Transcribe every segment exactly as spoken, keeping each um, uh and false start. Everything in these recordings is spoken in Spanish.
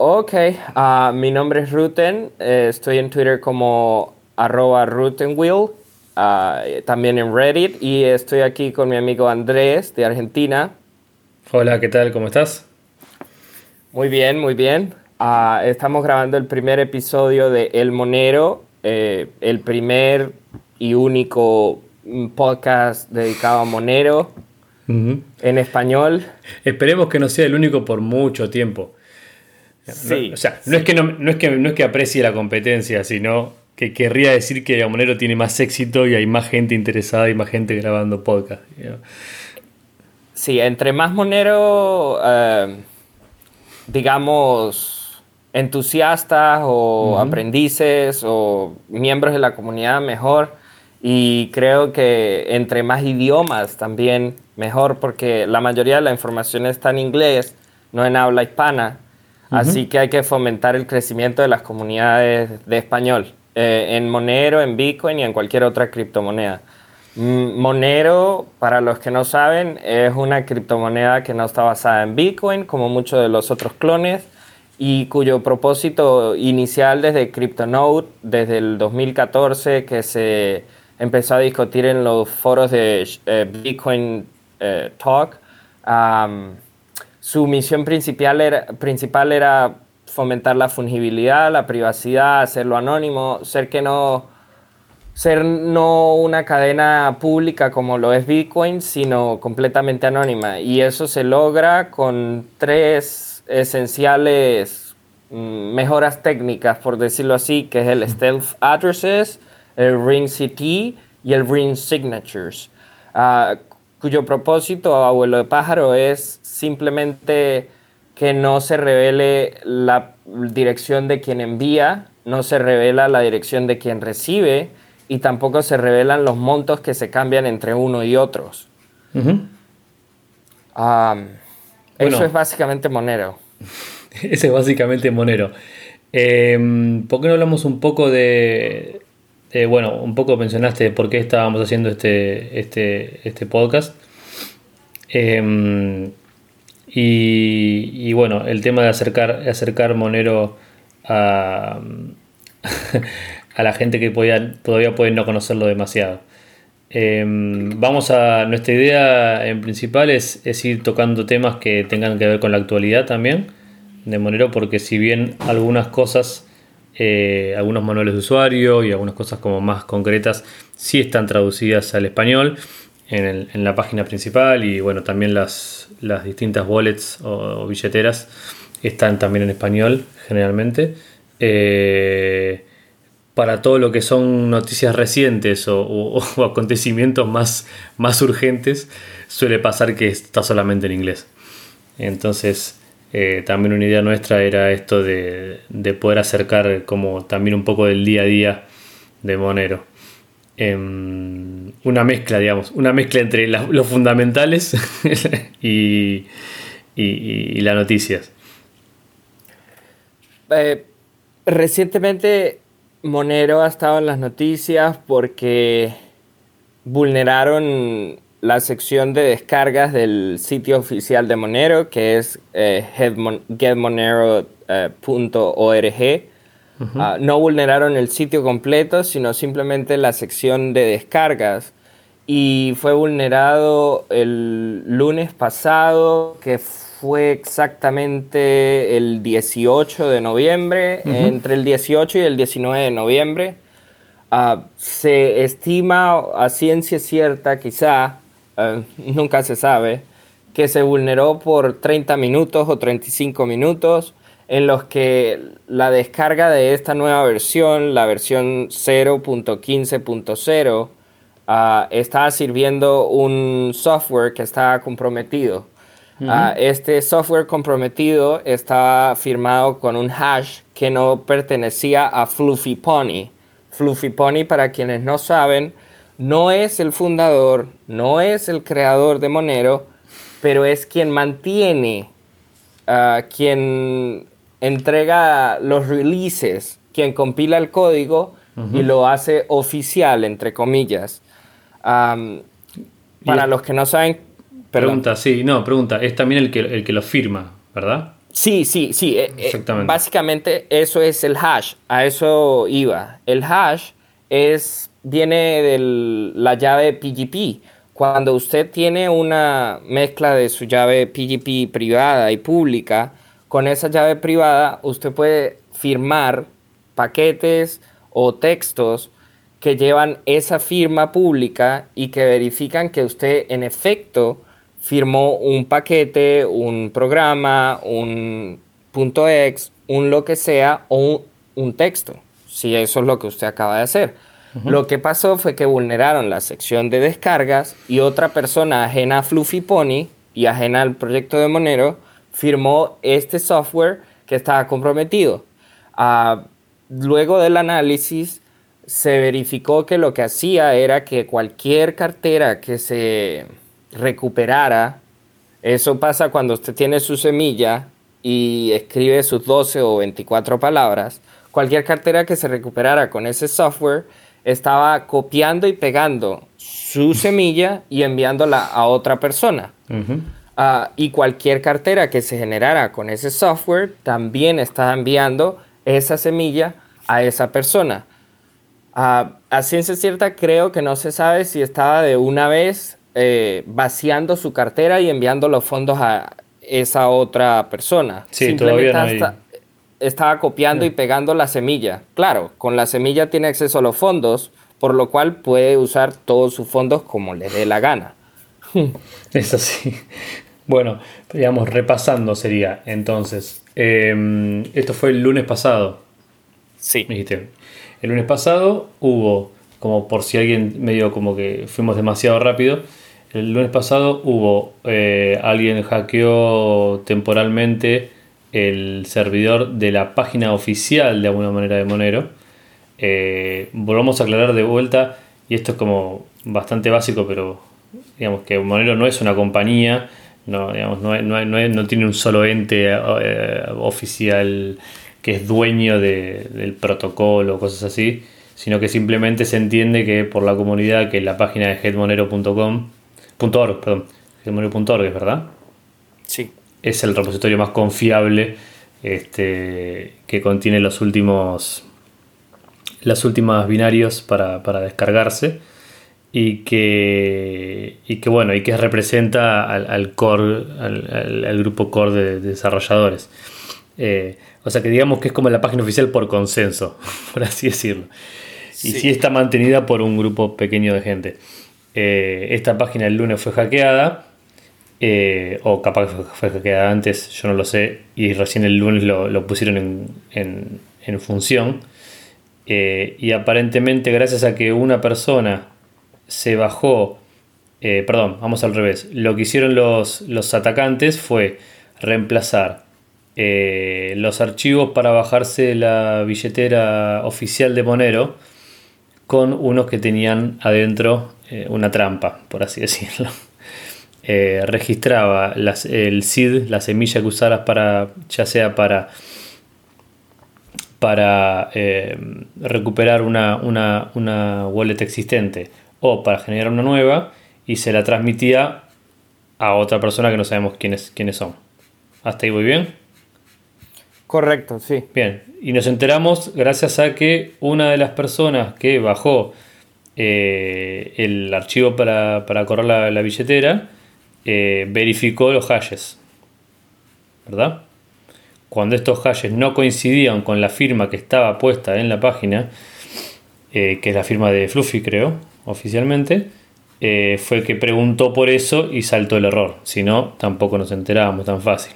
Ok, ah, mi nombre es Ruten, eh, estoy en Twitter como arroba Rutenwheel, ah, también en Reddit y estoy aquí con mi amigo Andrés de Argentina. Hola, ¿qué tal? ¿Cómo estás? Muy bien, muy bien. Ah, estamos grabando el primer episodio de El Monero, eh, el primer y único mm, podcast dedicado a Monero Ujú. en español. Esperemos que no sea el único por mucho tiempo. No- o Sí, sea, no es sí. que no, no es que no es que aprecie la competencia, sino que querría decir que Monero tiene más éxito y hay más gente interesada y más gente grabando podcast. you know. Sí, entre más Monero, eh, digamos, entusiastas o Ujú. aprendices o miembros de la comunidad, mejor. Y creo que entre más idiomas también mejor, porque la mayoría de la información está en inglés, no en habla hispana. Ujú. Así que hay que fomentar el crecimiento de las comunidades de español, eh, en Monero, en Bitcoin y en cualquier otra criptomoneda. Mm, Monero, para los que no saben, es una criptomoneda que no está basada en Bitcoin, como muchos de los otros clones, y cuyo propósito inicial desde CryptoNote, desde el dos mil catorce, que se empezó a discutir en los foros de eh, Bitcoin eh, Talk, um, su misión principal era, principal era fomentar la fungibilidad, la privacidad, hacerlo anónimo, ser que no ser no una cadena pública como lo es Bitcoin, sino completamente anónima. Y eso se logra con tres esenciales mm, mejoras técnicas, por decirlo así, que es el Stealth Addresses, el Ring C T y el Ring Signatures, ah, cuyo propósito, abuelo de pájaro, es simplemente que no se revele la dirección de quien envía, no se revela la dirección de quien recibe y tampoco se revelan los montos que se cambian entre uno y otros. Ujú. Um, eso es Bueno, básicamente Monero. ese es básicamente Monero. Eh, ¿por qué no hablamos un poco de, de- bueno, un poco mencionaste por qué estábamos haciendo este, este, este podcast? Eh, Y, y bueno, el tema de acercar, acercar Monero a, a la gente que podía, todavía puede no conocerlo demasiado. Eh, vamos a. Nuestra idea en principal es, es ir tocando temas que tengan que ver con la actualidad también de Monero, porque si bien algunas cosas, eh, algunos manuales de usuario y algunas cosas como más concretas, sí están traducidas al español en, el- en la página principal, y bueno, también las, las distintas wallets o, o billeteras están también en español generalmente. Eh, para todo lo que son noticias recientes o, o- o acontecimientos más, más urgentes, suele pasar que está solamente en inglés. Entonces, eh, también una idea nuestra era esto de, de poder acercar como también un poco del día a día de Monero. Em, una mezcla, digamos, una mezcla entre la- los fundamentales y, y, y las noticias. Eh, Recientemente Monero ha estado en las noticias porque vulneraron la sección de descargas del sitio oficial de Monero, que es eh, get monero punto org. Ujú. Uh, no vulneraron el sitio completo, sino simplemente la sección de descargas. Y fue vulnerado el lunes pasado, que fue exactamente el dieciocho de noviembre, Ujú. entre el dieciocho y el diecinueve de noviembre. Uh, se estima a ciencia cierta, quizá, uh, nunca se sabe, que se vulneró por treinta minutos o treinta y cinco minutos, en los que la descarga de esta nueva versión, la versión cero punto quince punto cero, uh, estaba sirviendo un software que estaba comprometido. Uh, Ujú. este software comprometido estaba firmado con un hash que no pertenecía a Fluffy Pony. Fluffy Pony, para quienes no saben, no es el fundador, no es el creador de Monero, pero es quien mantiene, uh, quien entrega los releases, quien compila el código y Ujú. lo hace oficial, entre comillas. Um, Y para es- los que no saben, perdón. Pregunta, sí, no, pregunta, es también el que, el que lo firma, ¿verdad? Sí, sí, sí. eh, eh, Exactamente. básicamente eso es el hash. A eso iba. El hash es, viene de la llave P G P. Cuando usted tiene una mezcla de su llave P G P privada y pública, con esa llave privada usted puede firmar paquetes o textos que llevan esa firma pública y que verifican que usted en efecto firmó un paquete, un programa, un punto .exe, un lo que sea o un, un texto, si eso es lo que usted acaba de hacer. Ujú. Lo que pasó fue que vulneraron la sección de descargas y otra persona ajena a Fluffy Pony y ajena al proyecto de Monero firmó este software que estaba comprometido. Uh, luego del análisis se verificó que lo que hacía era que cualquier cartera que se recuperara, eso pasa cuando usted tiene su semilla y escribe sus doce o veinticuatro palabras, cualquier cartera que se recuperara con ese software estaba copiando y pegando su semilla y enviándola a otra persona. Ujú. Uh, y cualquier cartera que se generara con ese software también está enviando esa semilla a esa persona. Uh, a ciencia cierta creo que no se sabe si estaba de una vez eh, vaciando su cartera y enviando los fondos a esa otra persona. Sí, todavía Simplemente no hay. hasta estaba copiando y eh, pegando la semilla. Claro, con la semilla tiene acceso a los fondos, por lo cual puede usar todos sus fondos como le dé la gana. Es así. Bueno, digamos, repasando sería entonces. eh, esto fue el lunes pasado, Sí. me dijiste. El lunes pasado hubo, como por si alguien medio como que fuimos demasiado rápido, el lunes pasado hubo, eh, alguien hackeó temporalmente el servidor de la página oficial de alguna manera de Monero. Eh, volvamos a aclarar de vuelta, y esto es como bastante básico, pero digamos que Monero no es una compañía, no, digamos, no, no, no, no tiene un solo ente eh, oficial que es dueño de, del protocolo o cosas así, sino que simplemente se entiende que por la comunidad, que la página de getmonero punto com, .org, perdón, getmonero punto org, es verdad, Sí. es el repositorio más confiable, este, que contiene los últimos las últimas binarios para, para descargarse, y que y que bueno y que representa al, al core al, al, al grupo core de, de desarrolladores, eh, o sea que digamos que es como la página oficial por consenso por así decirlo, y sí Sí. está mantenida por un grupo pequeño de gente. Eh, esta página el lunes fue hackeada, eh, o capaz que fue hackeada antes, yo no lo sé, y recién el lunes lo, lo pusieron en, en, en función. Eh, y aparentemente gracias a que una persona se bajó, eh, perdón, vamos al revés, lo que hicieron los, los atacantes fue reemplazar eh, los archivos para bajarse la billetera oficial de Monero con unos que tenían adentro eh, una trampa, por así decirlo. Eh, registraba las, el seed, la semilla que usaras para, ya sea para para eh, recuperar una, una, una wallet existente o para generar una nueva, y se la transmitía a otra persona que no sabemos quiénes, quiénes son. ¿Hasta ahí voy bien? Correcto, sí. Bien, y nos enteramos gracias a que una de las personas que bajó eh, el archivo para, para correr la, la billetera eh, verificó los hashes, ¿verdad? Cuando estos hashes no coincidían con la firma que estaba puesta en la página, eh, que es la firma de Fluffy, creo, oficialmente, eh, fue que preguntó por eso y saltó el error. Si no, tampoco nos enterábamos tan fácil.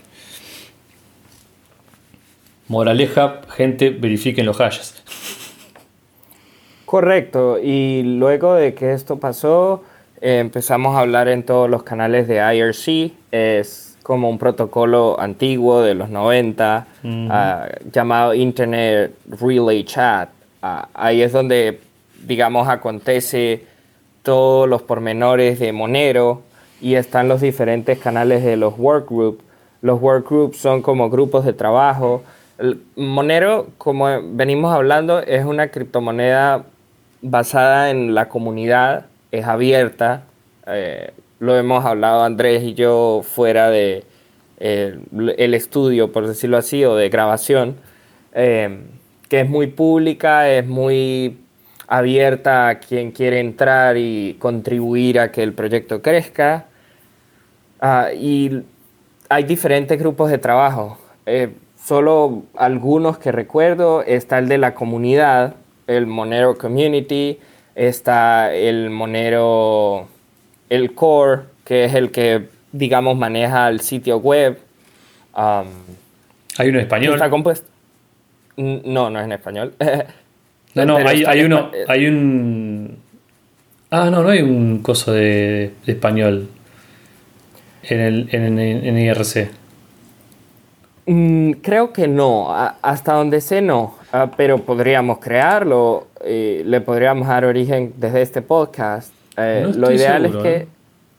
Moraleja, gente, verifiquen los hashes. Correcto. Y luego de que esto pasó, eh, empezamos a hablar en todos los canales de I R C. Es como un protocolo antiguo de los noventa, uh, uh, llamado Internet Relay Chat. Uh, ahí es donde, digamos, acontece todos los pormenores de Monero, y están los diferentes canales de los workgroups. Los workgroups son como grupos de trabajo. El Monero, como venimos hablando, es una criptomoneda basada en la comunidad, es abierta. Eh, lo hemos hablado Andrés y yo fuera de, eh, el estudio, por decirlo así, o de grabación, eh, que es muy pública, es muy abierta a quien quiere entrar y contribuir a que el proyecto crezca. Uh, y hay diferentes grupos de trabajo. Eh, solo algunos que recuerdo, está el de la comunidad, el Monero Community, está el Monero, el Core, que es el que, digamos, maneja el sitio web. Um, ¿Hay uno en y está español? compuesto... No, no es en español. No, no, Pero hay, está en hay espa- uno, hay un... Ah, no, no hay un coso de, de español en el en, en, en I R C. Mm, creo que no, A- hasta donde sé no. Ah, pero podríamos crearlo, eh, le podríamos dar origen desde este podcast. No Eh, lo estoy ideal es seguro, ¿eh? que,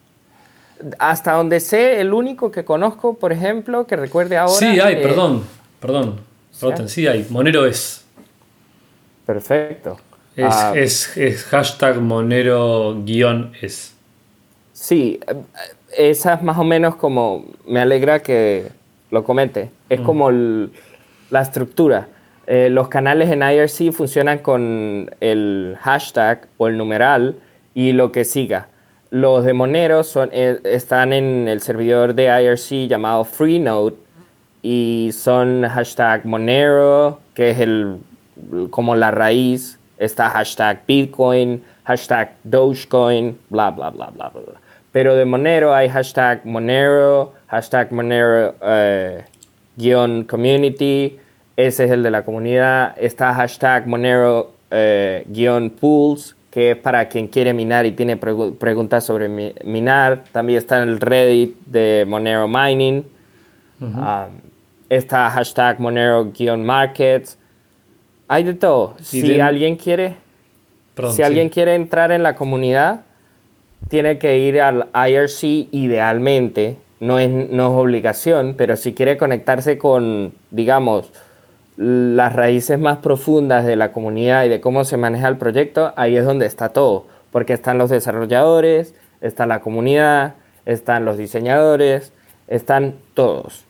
hasta donde sé, el único que conozco, por ejemplo, que recuerde Sí, ahora, hay, eh, perdón, perdón. ¿sí? Roten, sí hay. Monero es. Perfecto. Es, Ah, es, es hashtag Monero guión es. sí, eh, esa es más o menos como, me alegra que lo comente, es Mm. como el- la estructura. Eh, los canales en I R C funcionan con el hashtag o el numeral y lo que siga. Los de Monero son, eh, están en el servidor de I R C llamado Freenode y son hashtag Monero, que es el, como la raíz, está hashtag Bitcoin, hashtag Dogecoin, bla, bla, bla, bla, bla. bla. Pero de Monero hay hashtag Monero, hashtag Monero eh, guión community, ese es el de la comunidad. Está hashtag Monero eh, guión pools, que es para quien quiere minar y tiene pregu- preguntas sobre mi- minar. También está el Reddit de Monero Mining. Um, está hashtag Monero-markets. Hay de todo. Y Si den- alguien quiere, Perdón, si sí. alguien quiere entrar en la comunidad, tiene que ir al I R C idealmente. No es, no es obligación, pero si quiere conectarse con, digamos, las raíces más profundas de la comunidad y de cómo se maneja el proyecto, ahí es donde está todo. Porque están los desarrolladores, está la comunidad, están los diseñadores, están todos.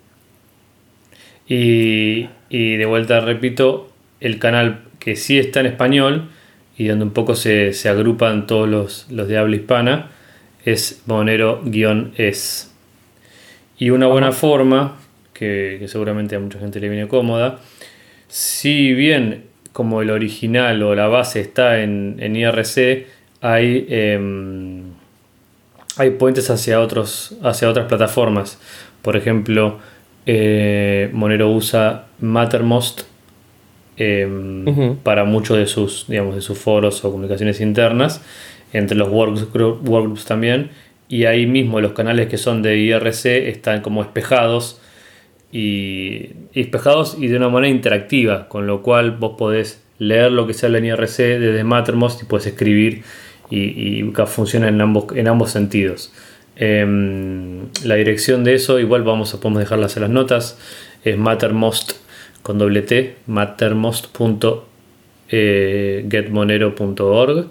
Y, y de vuelta repito, el canal que sí está en español y donde un poco se, se agrupan todos los, los de habla hispana es Monero-es. Y una buena Ajá. forma, que, que seguramente a mucha gente le viene cómoda, si bien como el original o la base está en, en I R C, hay, em, hay puentes hacia, otros, hacia otras plataformas. Por ejemplo, eh, Monero usa Mattermost em, Ujú. para muchos de sus, digamos, de sus foros o comunicaciones internas, entre los workgroups, workgroups también, y ahí mismo los canales que son de I R C están como espejados y, y espejados y de una manera interactiva, con lo cual vos podés leer lo que se habla en I R C desde Mattermost y podés escribir y, y funciona en ambos, en ambos sentidos. Eh, la dirección de eso igual vamos a podemos dejarlas en las notas, es Mattermost con doble T, mattermost punto getmonero punto org,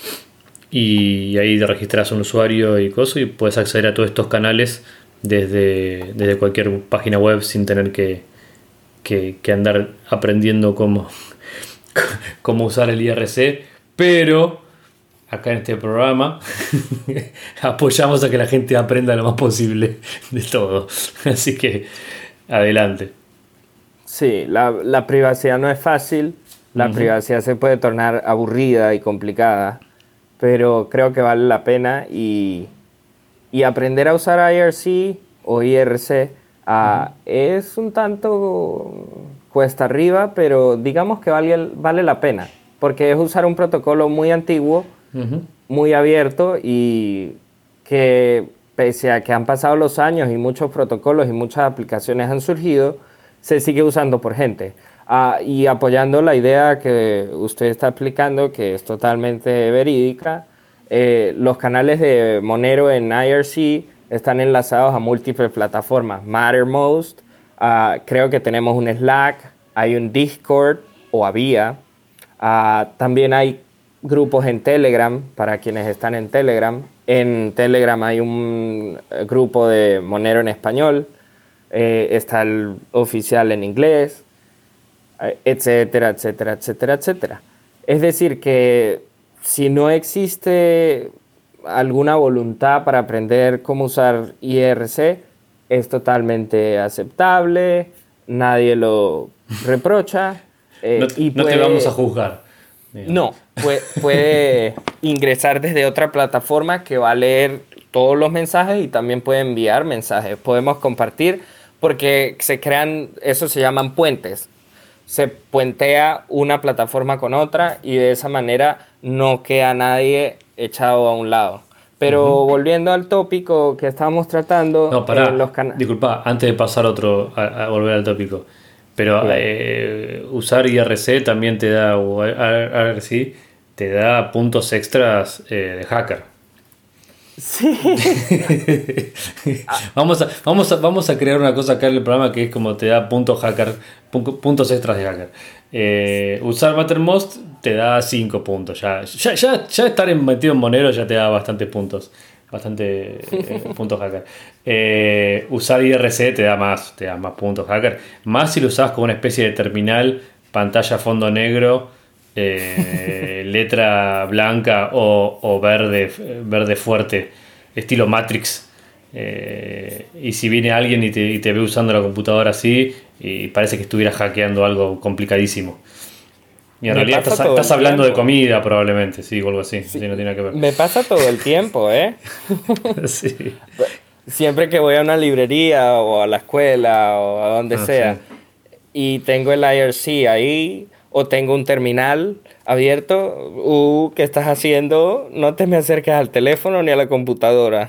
y ahí te registras un usuario y cosas y puedes acceder a todos estos canales desde, desde cualquier página web sin tener que, que, que andar aprendiendo cómo, cómo usar el I R C, pero acá en este programa apoyamos a que la gente aprenda lo más posible de todo, así que adelante. Sí, la, la privacidad no es fácil, la Uh-huh. privacidad se puede tornar aburrida y complicada, pero creo que vale la pena y, y aprender a usar I R C o I R C uh, es un tanto cuesta arriba, pero digamos que vale, vale la pena, porque es usar un protocolo muy antiguo, Uh-huh. muy abierto y que pese a que han pasado los años y muchos protocolos y muchas aplicaciones han surgido, se sigue usando por gente. Ah, y apoyando la idea que usted está explicando, que es totalmente verídica, eh, los canales de Monero en I R C están enlazados a múltiples plataformas. Mattermost, ah, creo que tenemos un Slack, hay un Discord, o había. Ah, también hay grupos en Telegram, para quienes están en Telegram. En Telegram hay un eh, grupo de Monero en español. eh, está el oficial en inglés, eh, etcétera, etcétera, etcétera, etcétera. Es decir, que si no existe alguna voluntad para aprender cómo usar I R C, es totalmente aceptable, nadie lo reprocha. Eh, no, y no puede, te vamos a juzgar. Digamos. No, puede, puede ingresar desde otra plataforma que va a leer todos los mensajes y también puede enviar mensajes. Podemos compartir porque se crean, eso se llaman puentes. Se puentea una plataforma con otra y de esa manera no queda nadie echado a un lado. Pero uh-huh. volviendo al tópico que estábamos tratando... No, pará, en los can- disculpa, antes de pasar otro, a, a volver al tópico. Pero claro. eh, usar I R C también te da, o I R C, te da puntos extras eh, de hacker. Sí. vamos, a, vamos, a, vamos a crear una cosa acá en el programa que es como te da puntos hacker, puntos extras de hacker. Eh, usar Mattermost te da cinco puntos. Ya, ya, ya, ya estar metido en Monero ya te da bastantes puntos. Bastante eh, puntos hacker. Eh, usar I R C te da más, te da más puntos hacker. Más si lo usas como una especie de terminal, pantalla fondo negro, eh, letra blanca o, o verde, verde fuerte, estilo Matrix. Eh, y si viene alguien y te, y te ve usando la computadora así, y parece que estuviera hackeando algo complicadísimo. Y en me realidad estás, estás hablando tiempo. de comida probablemente, sí, o algo así. Sí, sí, no tiene que ver. Me pasa todo el tiempo, ¿eh? Sí. Siempre que voy a una librería o a la escuela o a donde ah, sea sí. y tengo el I R C ahí o tengo un terminal abierto, uh, ¿qué estás haciendo? No te me acerques al teléfono ni a la computadora.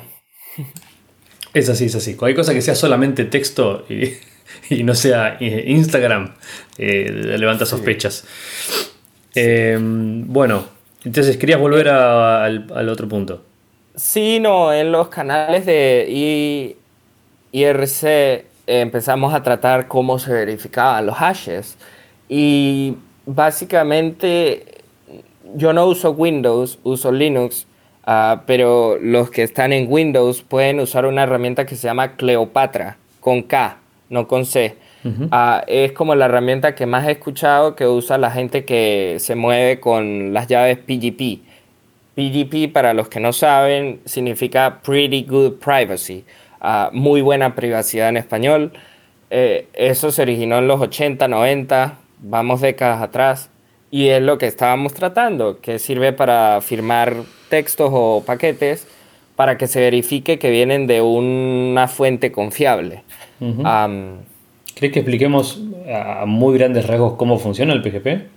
Es así, es así. Cualquier cosa que sea solamente texto y... y no sea Instagram, eh, levanta sospechas. Sí. Eh, bueno, entonces querías volver a, al, al otro punto. Sí, no, en los canales de I R C eh, empezamos a tratar cómo se verificaban los hashes y básicamente yo no uso Windows, uso Linux, uh, pero los que están en Windows pueden usar una herramienta que se llama Cleopatra, con K. No con C. Uh-huh. Uh, es como la herramienta que más he escuchado que usa la gente que se mueve con las llaves P G P. P G P, para los que no saben, significa Pretty Good Privacy. Uh, muy buena privacidad en español. Eh, eso se originó en los ochenta, noventa, vamos décadas atrás. Y es lo que estábamos tratando, que sirve para firmar textos o paquetes para que se verifique que vienen de una fuente confiable. Uh-huh. Um, ¿Crees que expliquemos a muy grandes rasgos cómo funciona el P G P?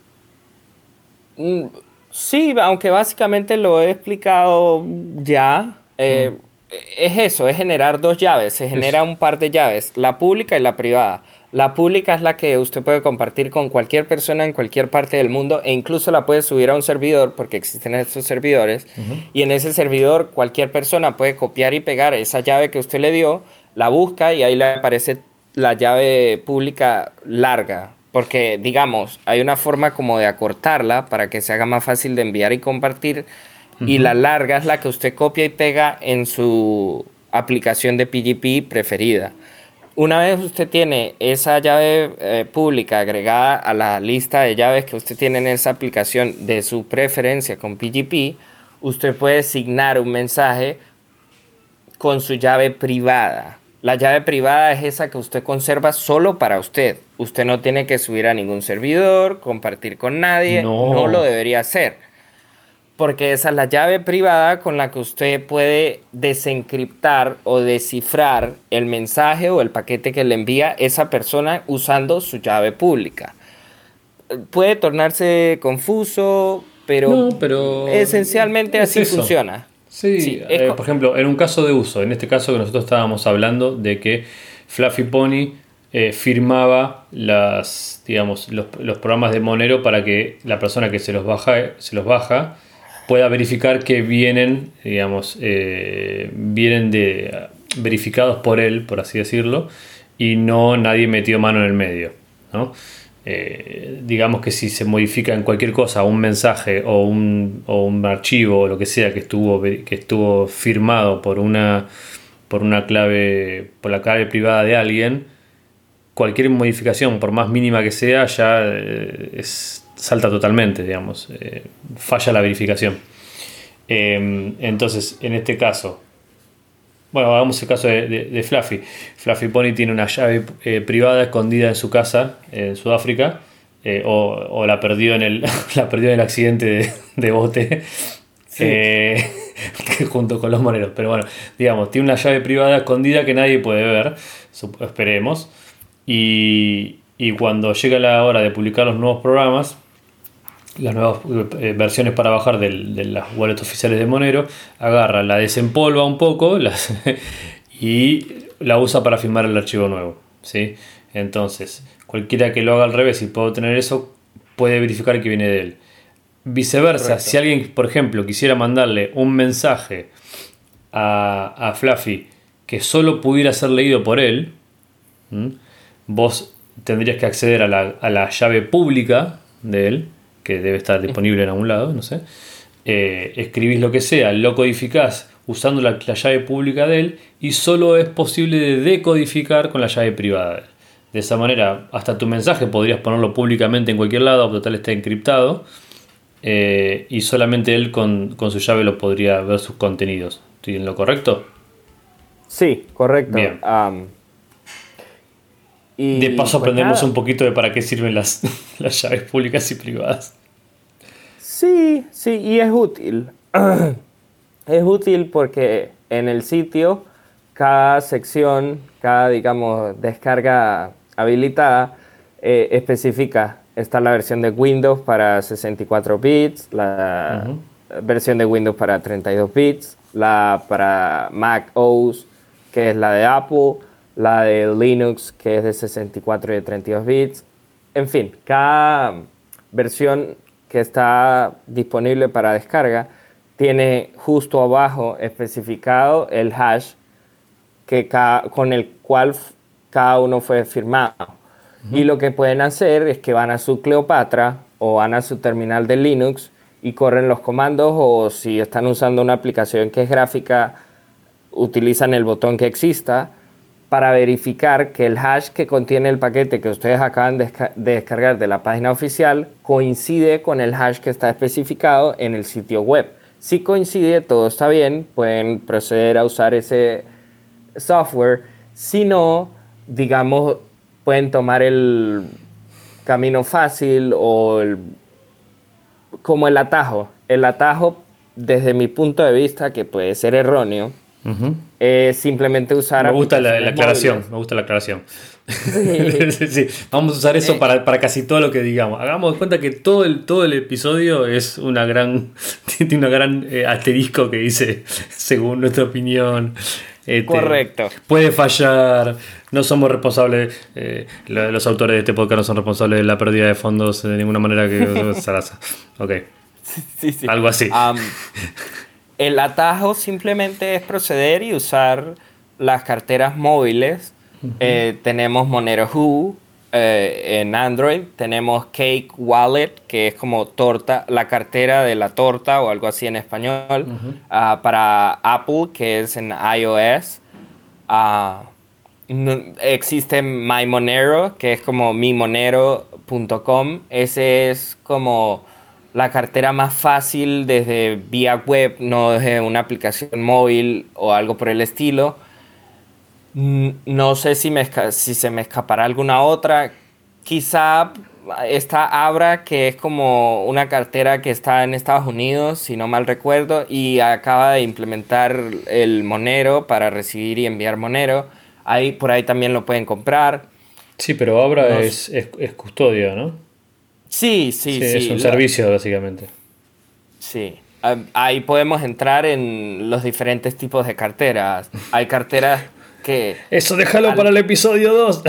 Sí, aunque básicamente lo he explicado ya. Eh, uh-huh. Es eso, es generar dos llaves. Se genera eso. Un par de llaves, la pública y la privada. La pública es la que usted puede compartir con cualquier persona en cualquier parte del mundo e incluso la puede subir a un servidor porque existen estos servidores. Uh-huh. Y en ese servidor cualquier persona puede copiar y pegar esa llave que usted le dio, la busca y ahí le aparece la llave pública larga. Porque, digamos, hay una forma como de acortarla para que se haga más fácil de enviar y compartir. Uh-huh. Y la larga es la que usted copia y pega en su aplicación de P G P preferida. Una vez usted tiene esa llave eh, pública agregada a la lista de llaves que usted tiene en esa aplicación de su preferencia con P G P, usted puede asignar un mensaje con su llave privada. La llave privada es esa que usted conserva solo para usted. Usted no tiene que subir a ningún servidor, compartir con nadie, no, no lo debería hacer. Porque esa es la llave privada con la que usted puede desencriptar o descifrar el mensaje o el paquete que le envía esa persona usando su llave pública. Puede tornarse confuso, pero, no, pero esencialmente así eso. funciona. Sí, sí eh, co- por ejemplo, en un caso de uso, en este caso que nosotros estábamos hablando de que Fluffy Pony eh, firmaba las, digamos, los, los programas de Monero para que la persona que se los baja, se los baja pueda verificar que vienen, digamos, eh, vienen de, verificados por él, por así decirlo, y no nadie metió mano en el medio, ¿no? Eh, digamos que si se modifica en cualquier cosa un mensaje o un, o un archivo o lo que sea que estuvo, que estuvo firmado por una por una clave, por la clave privada de alguien, cualquier modificación, por más mínima que sea, ya eh, es, salta totalmente, digamos, eh, falla la verificación. Eh, entonces, en este caso, bueno, hagamos el caso de, de, de Fluffy. Fluffy Pony tiene una llave eh, privada escondida en su casa en Sudáfrica, eh, o, o la perdió en el la perdió en el accidente de, de bote, Sí. eh, junto con los moneros. Pero bueno, digamos, tiene una llave privada escondida que nadie puede ver, sup- esperemos. Y, y cuando llega la hora de publicar los nuevos programas, las nuevas eh, versiones para bajar del- de las wallets oficiales de Monero, agarra, la desempolva un poco las- y la usa para firmar el archivo nuevo, ¿sí? Entonces, cualquiera que lo haga al revés y pueda obtener eso, puede verificar que viene de él. Viceversa, Correcto. si alguien, por ejemplo, quisiera mandarle un mensaje a, a Fluffy que solo pudiera ser leído por él, ¿m? Vos tendrías que acceder a la, a la llave pública de él, que debe estar disponible en algún lado, no sé. Eh, escribís lo que sea, lo codificás usando la, la llave pública de él, y solo es posible de decodificar con la llave privada de él. De esa manera, hasta tu mensaje podrías ponerlo públicamente en cualquier lado, total está encriptado, eh, y solamente él con, con su llave lo podría ver sus contenidos. ¿Estoy en lo correcto? Sí, correcto. Bien. Am, De y paso pues aprendemos un nada. poquito de para qué sirven las, las llaves públicas y privadas. Sí, sí, y es útil. Es útil porque en el sitio cada sección, cada, digamos, descarga habilitada eh, especifica. Está la versión de Windows para sesenta y cuatro bits, la Ujú. versión de Windows para treinta y dos bits, la para Mac O S, que es la de Apple, la de Linux, que es de sesenta y cuatro y de treinta y dos bits. En fin, cada versión que está disponible para descarga tiene justo abajo especificado el hash que ca- con el cual f- cada uno fue firmado. Y lo que pueden hacer es que van a su Cleopatra o van a su terminal de Linux y corren los comandos, o si están usando una aplicación que es gráfica, utilizan el botón que exista para verificar que el hash que contiene el paquete que ustedes acaban de, desca- de descargar de la página oficial coincide con el hash que está especificado en el sitio web. Si coincide, todo está bien, pueden proceder a usar ese software. Si no, digamos, pueden tomar el camino fácil o el, como el atajo. El atajo, desde mi punto de vista, que puede ser erróneo, Ujú. es simplemente usar Me gusta la, la aplicaciones aclaración, móviles. me gusta la aclaración. Sí. Sí, sí. Vamos a usar eso Eh, para, para casi todo lo que digamos. Hagamos de cuenta que todo el, todo el episodio es una gran, tiene una gran eh, asterisco que dice, según nuestra opinión, este, correcto. puede fallar, no somos responsables, eh, lo- los autores de este podcast no son responsables de la pérdida de fondos de ninguna manera que Sarasa. Ok, Sí, sí. algo así. Am, el atajo simplemente es proceder y usar las carteras móviles. Eh, tenemos Monero Who eh, en Android, tenemos Cake Wallet, que es como torta, la cartera de la torta o algo así en español. Ah, para Apple, que es en iOS. Ah, no- existe My Monero, que es como mi monero punto com. Ese es como la cartera más fácil desde vía web, no desde una aplicación móvil o algo por el estilo. Mm, No sé si, me esca- si se me escapará alguna otra. Quizá está Abra, que es como una cartera que está en Estados Unidos, si no mal recuerdo, y acaba de implementar el Monero para recibir y enviar Monero. Ahí, por ahí también lo pueden comprar. Sí, pero Abra Nos... es, es, es custodio, ¿no? Sí, sí, Sí, es sí. un la- servicio básicamente. Sí. Ah, ahí podemos entrar en los diferentes tipos de carteras. Hay carteras que... Eso déjalo para al- el episodio dos.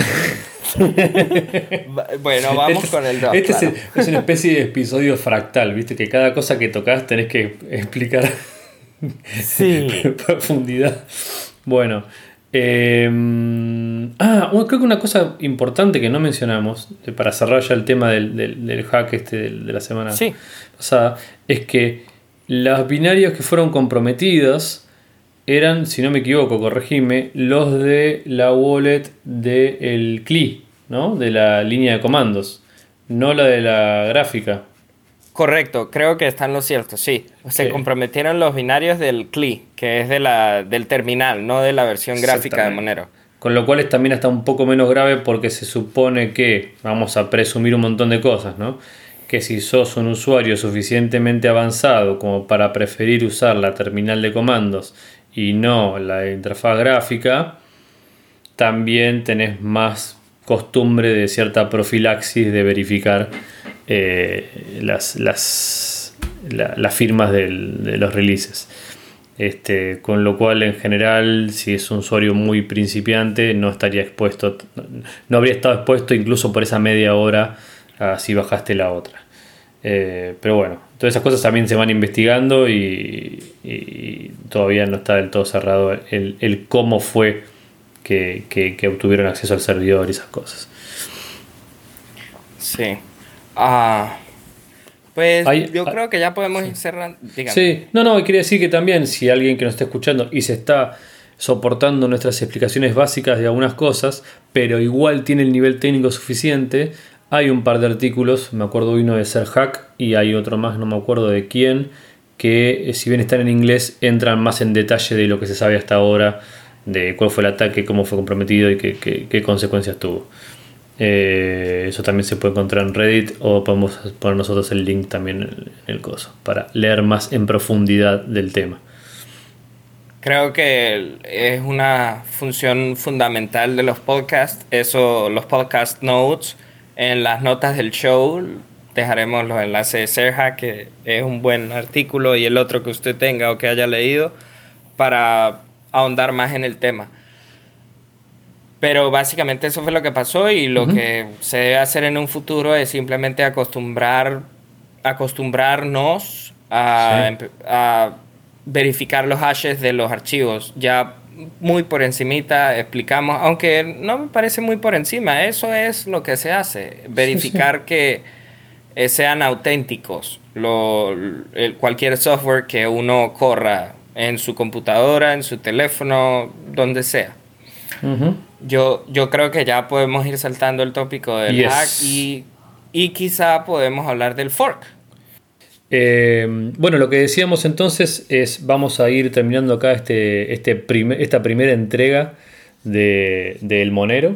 Bueno, vamos Este, con el dos, este claro. es, es una especie de episodio fractal, viste que cada cosa que tocas tenés que explicar Sí. en profundidad. Bueno, eh, ah, bueno, creo que una cosa importante que no mencionamos, eh, para cerrar ya el tema del, del- del hack este del- de la semana Sí. pasada, es que los binarios que fueron comprometidos eran, si no me equivoco, corregime, los de la wallet del C L I, ¿no? De la línea de comandos, no la de la gráfica. Correcto, creo que están lo cierto, sí. Se Sí. comprometieron los binarios del C L I, que es de la, del terminal, no de la versión gráfica de Monero. Con lo cual es también hasta un poco menos grave porque se supone que, vamos a presumir un montón de cosas, ¿no? Que si sos un usuario suficientemente avanzado como para preferir usar la terminal de comandos y no la interfaz gráfica, también tenés más costumbre de cierta profilaxis de verificar eh, las, las, la, las firmas del, de los releases. Este, con lo cual, en general, si es un usuario muy principiante, no estaría expuesto, no habría estado expuesto incluso por esa media hora uh, si bajaste la otra. Eh, pero bueno, todas esas cosas también se van investigando y, y todavía no está del todo cerrado el, el cómo fue que, que, que obtuvieron acceso al servidor y esas cosas. Sí. Ah. Pues Hay, yo hay, creo que ya podemos sí. ir cerrando. Dígame. Sí, no, no, quería decir que también si alguien que nos está escuchando y se está soportando nuestras explicaciones básicas de algunas cosas, pero igual tiene el nivel técnico suficiente, hay un par de artículos, me acuerdo uno de Serhack y hay otro más, no me acuerdo de quién, que si bien están en inglés, entran más en detalle de lo que se sabe hasta ahora, de cuál fue el ataque, cómo fue comprometido y qué, qué, qué consecuencias tuvo. Eh, eso también se puede encontrar en Reddit o podemos poner nosotros el link también en el coso para leer más en profundidad del tema. Creo que es una función fundamental de los podcasts. Eso, los podcast notes, en las notas del show dejaremos los enlaces de Serhack, que es un buen artículo, y el otro que usted tenga o que haya leído para ahondar más en el tema. Pero básicamente eso fue lo que pasó y lo uh-huh. que se debe hacer en un futuro es simplemente acostumbrar, acostumbrarnos a, sí. a verificar los hashes de los archivos. Ya muy por encimita explicamos, aunque no me parece muy por encima, eso es lo que se hace, verificar sí, sí. que eh, sean auténticos lo, el, cualquier software que uno corra en su computadora, en su teléfono, donde sea. Uh-huh. Yo, yo creo que ya podemos ir saltando el tópico del yes. hack y, y quizá podemos hablar del fork. Eh, bueno, lo que decíamos entonces es vamos a ir terminando acá este, este primer, esta primera entrega de, de El Monero,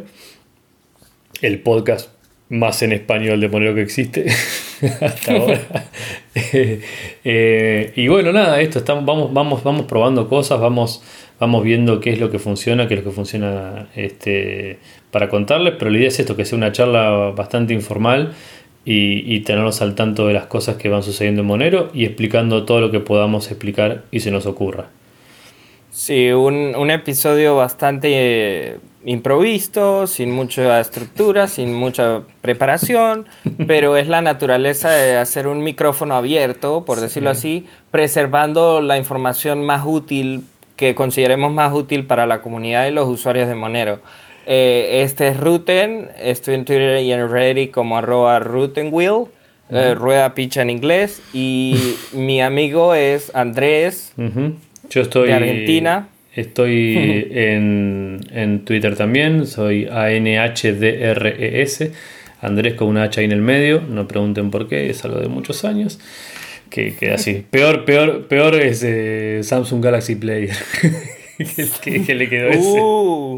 el podcast más en español de Monero que existe hasta ahora. eh, eh, y bueno, nada, esto estamos, vamos, vamos, vamos probando cosas, vamos, vamos viendo qué es lo que funciona, qué es lo que funciona este, para contarles, pero la idea es esto, que sea una charla bastante informal. Y, y tenernos al tanto de las cosas que van sucediendo en Monero y explicando todo lo que podamos explicar y se nos ocurra. Sí, un, un episodio bastante eh, improvisto, sin mucha estructura, sin mucha preparación, pero es la naturaleza de hacer un micrófono abierto, por decirlo sí. así, preservando la información más útil, que consideremos más útil para la comunidad y los usuarios de Monero. Eh, este es Ruten, estoy en Twitter y en Reddit como arroba Rutenwheel, uh-huh. eh, rueda picha en inglés, y mi amigo es Andrés, uh-huh. Yo estoy, de Argentina. Estoy en, en Twitter también, soy A N H D R E S, Andrés con una H ahí en el medio, no pregunten por qué, es algo de muchos años. Que queda así. Peor, peor, peor es eh, Samsung Galaxy Player. que, que le quedó ese. Uh.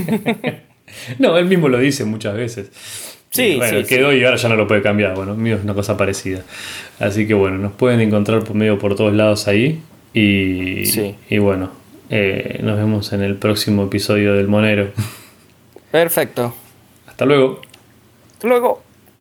No, él mismo lo dice muchas veces. Sí, bueno, sí, quedó sí. Y ahora ya no lo puede cambiar. Bueno, mío es una cosa parecida. Así que bueno, nos pueden encontrar por medio por todos lados ahí. Y, sí. y bueno, eh, nos vemos en el próximo episodio del Monero. Perfecto. Hasta luego. Hasta luego.